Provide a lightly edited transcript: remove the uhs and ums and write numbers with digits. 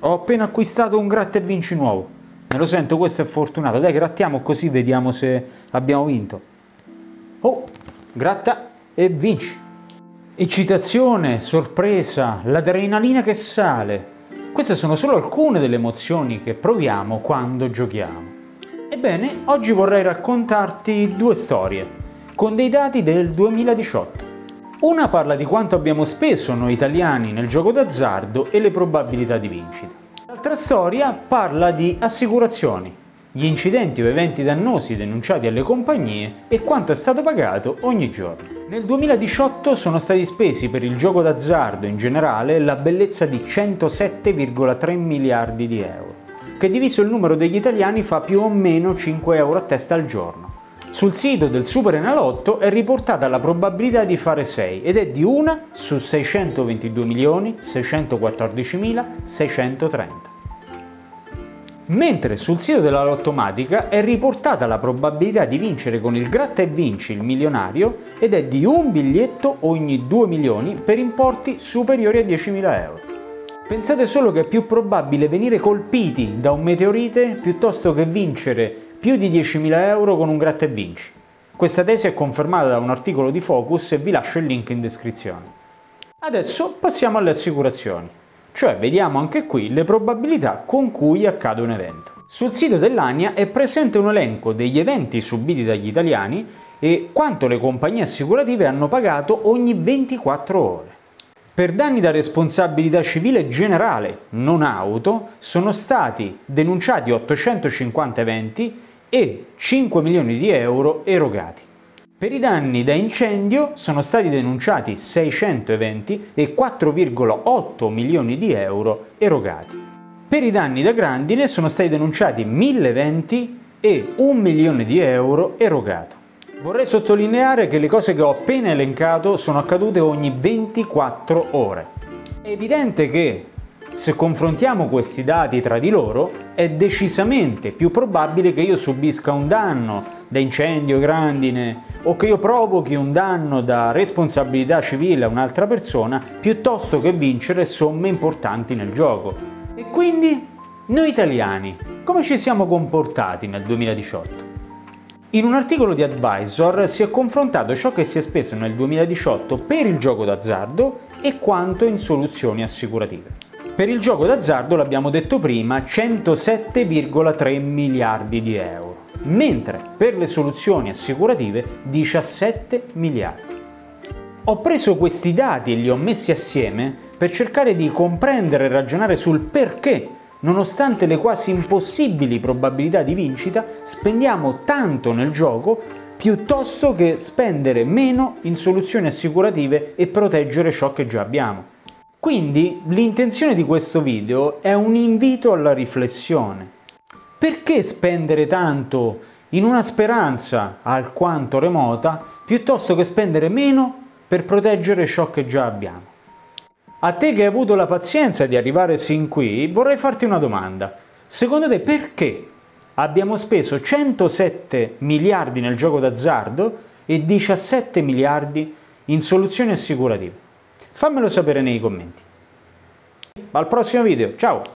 Ho appena acquistato un gratta e vinci nuovo. Me lo sento, questo è fortunato. Dai, grattiamo così vediamo se abbiamo vinto. Oh, gratta e vinci. Eccitazione, sorpresa, l'adrenalina che sale. Queste sono solo alcune delle emozioni che proviamo quando giochiamo. Ebbene, oggi vorrei raccontarti due storie, con dei dati del 2018. Una parla di quanto abbiamo speso noi italiani nel gioco d'azzardo e le probabilità di vincita. L'altra storia parla di assicurazioni, gli incidenti o eventi dannosi denunciati alle compagnie e quanto è stato pagato ogni giorno. Nel 2018 sono stati spesi per il gioco d'azzardo in generale la bellezza di 107,3 miliardi di euro, che diviso il numero degli italiani fa più o meno 5 euro a testa al giorno. Sul sito del Superenalotto è riportata la probabilità di fare 6 ed è di 1 su 622.614.630. Mentre sul sito della Lottomatica è riportata la probabilità di vincere con il gratta e vinci il milionario ed è di un biglietto ogni 2 milioni per importi superiori a 10.000 euro. Pensate solo che è più probabile venire colpiti da un meteorite piuttosto che vincere più di 10.000 euro con un gratta e vinci. Questa tesi è confermata da un articolo di Focus e vi lascio il link in descrizione. Adesso passiamo alle assicurazioni, cioè vediamo anche qui le probabilità con cui accade un evento. Sul sito dell'ANIA è presente un elenco degli eventi subiti dagli italiani e quanto le compagnie assicurative hanno pagato ogni 24 ore. Per danni da responsabilità civile generale, non auto, sono stati denunciati 850 eventi e 5 milioni di euro erogati. Per i danni da incendio sono stati denunciati 600 eventi e 4,8 milioni di euro erogati. Per i danni da grandine sono stati denunciati 1000 eventi e 1 milione di euro erogato. Vorrei sottolineare che le cose che ho appena elencato sono accadute ogni 24 ore. È evidente che, se confrontiamo questi dati tra di loro, è decisamente più probabile che io subisca un danno da incendio, grandine, o che io provochi un danno da responsabilità civile a un'altra persona, piuttosto che vincere somme importanti nel gioco. E quindi, noi italiani, come ci siamo comportati nel 2018? In un articolo di Advisor si è confrontato ciò che si è speso nel 2018 per il gioco d'azzardo e quanto in soluzioni assicurative. Per il gioco d'azzardo, l'abbiamo detto prima, 107,3 miliardi di euro, mentre per le soluzioni assicurative 17 miliardi. Ho preso questi dati e li ho messi assieme per cercare di comprendere e ragionare sul perché, nonostante le quasi impossibili probabilità di vincita, spendiamo tanto nel gioco piuttosto che spendere meno in soluzioni assicurative e proteggere ciò che già abbiamo. Quindi l'intenzione di questo video è un invito alla riflessione. Perché spendere tanto in una speranza alquanto remota piuttosto che spendere meno per proteggere ciò che già abbiamo? A te che hai avuto la pazienza di arrivare sin qui, vorrei farti una domanda. Secondo te perché abbiamo speso 107 miliardi nel gioco d'azzardo e 17 miliardi in soluzioni assicurative? Fammelo sapere nei commenti. Al prossimo video, ciao!